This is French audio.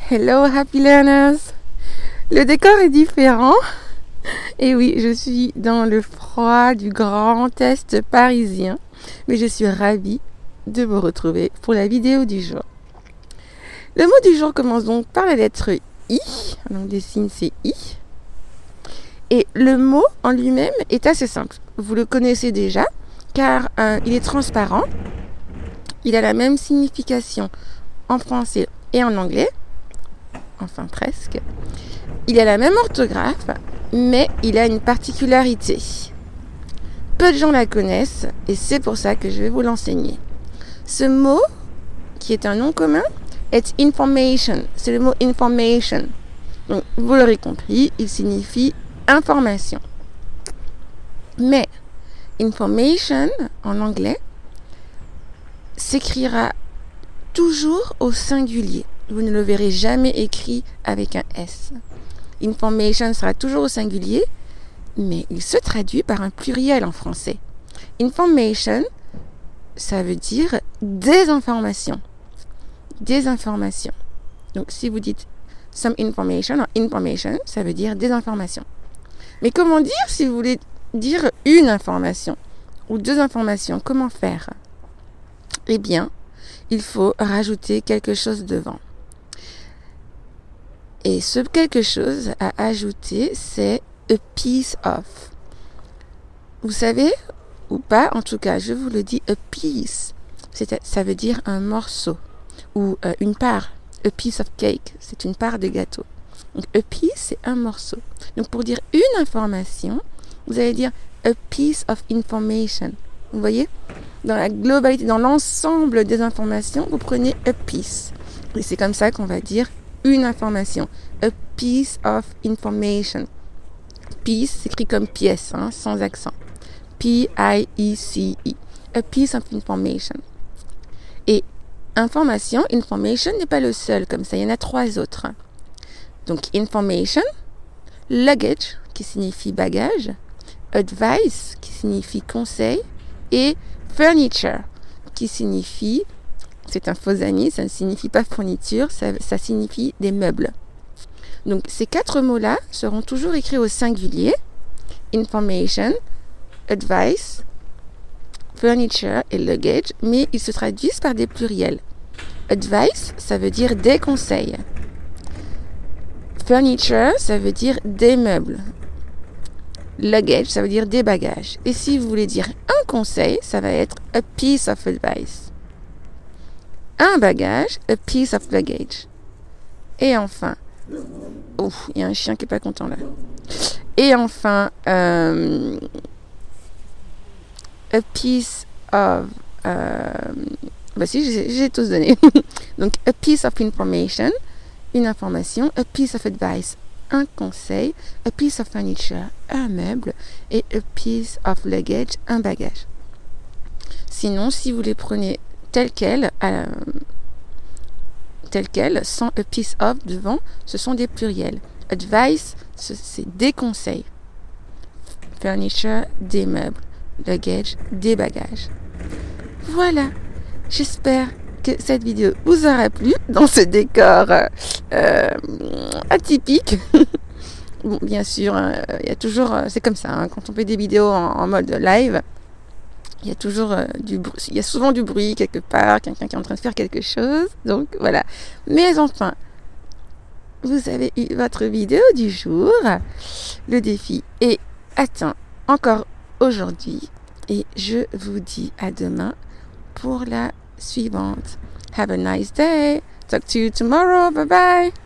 Hello happy learners. Le décor est différent. Et oui, je suis dans le froid du Grand Est parisien. Mais je suis ravie de vous retrouver pour la vidéo du jour. Le mot du jour commence donc par la lettre I. Donc les signes c'est I. Et le mot en lui-même est assez simple. Vous le connaissez déjà car il est transparent. Il a la même signification en français et en anglais. Enfin presque. Il a la même orthographe, mais il a une particularité. Peu de gens la connaissent et c'est pour ça que je vais vous l'enseigner. Ce mot, qui est un nom commun, est information. C'est le mot information. Donc, vous l'aurez compris, il signifie information. Mais information, en anglais, s'écrira toujours au singulier. Vous ne le verrez jamais écrit avec un S. Information sera toujours au singulier, mais il se traduit par un pluriel en français. Information, ça veut dire des informations. Des informations. Donc, si vous dites some information, ça veut dire des informations. Mais comment dire si vous voulez dire une information ou deux informations? Comment faire? Eh bien, il faut rajouter quelque chose devant. Et ce quelque chose à ajouter, c'est a piece of. Vous savez, ou pas, en tout cas, je vous le dis, a piece, ça veut dire un morceau, ou une part. A piece of cake, c'est une part de gâteau. Donc, a piece, c'est un morceau. Donc, pour dire une information, vous allez dire a piece of information. Vous voyez? Dans la globalité, dans l'ensemble des informations, vous prenez a piece. Et c'est comme ça qu'on va dire une information. A piece of information. Piece s'écrit comme pièce, sans accent. P-I-E-C-E. A piece of information. Et information n'est pas le seul comme ça. Il y en a 3 autres. Donc, information, luggage, qui signifie bagage, advice, qui signifie conseil, et furniture, qui signifie, c'est un faux ami, ça ne signifie pas fourniture, ça signifie des meubles. Donc, ces 4 mots-là seront toujours écrits au singulier. Information, advice, furniture et luggage, mais ils se traduisent par des pluriels. Advice, ça veut dire des conseils. Furniture, ça veut dire des meubles. Luggage, ça veut dire des bagages. Et si vous voulez dire un conseil, ça va être a piece of advice. Un bagage, a piece of luggage. Et enfin, il y a un chien qui est pas content là. Et enfin, a piece of... j'ai tous donné. Donc, a piece of information, une information, a piece of advice, un conseil, a piece of furniture, un meuble, et a piece of luggage, un bagage. Sinon, si vous les prenez telles quelles, sans a piece of devant, ce sont des pluriels. Advice, c'est des conseils. Furniture, des meubles. Luggage, des bagages. Voilà, j'espère que cette vidéo vous aura plu dans ce décor atypique. Bon, bien sûr, il y a toujours, c'est comme ça, quand on fait des vidéos en mode live, il y a toujours du bruit, il y a souvent du bruit quelque part, quelqu'un qui est en train de faire quelque chose, donc voilà. Mais enfin, vous avez eu votre vidéo du jour, le défi est atteint encore aujourd'hui, et je vous dis à demain pour la suivante. Have a nice day. Talk to you tomorrow. Bye bye.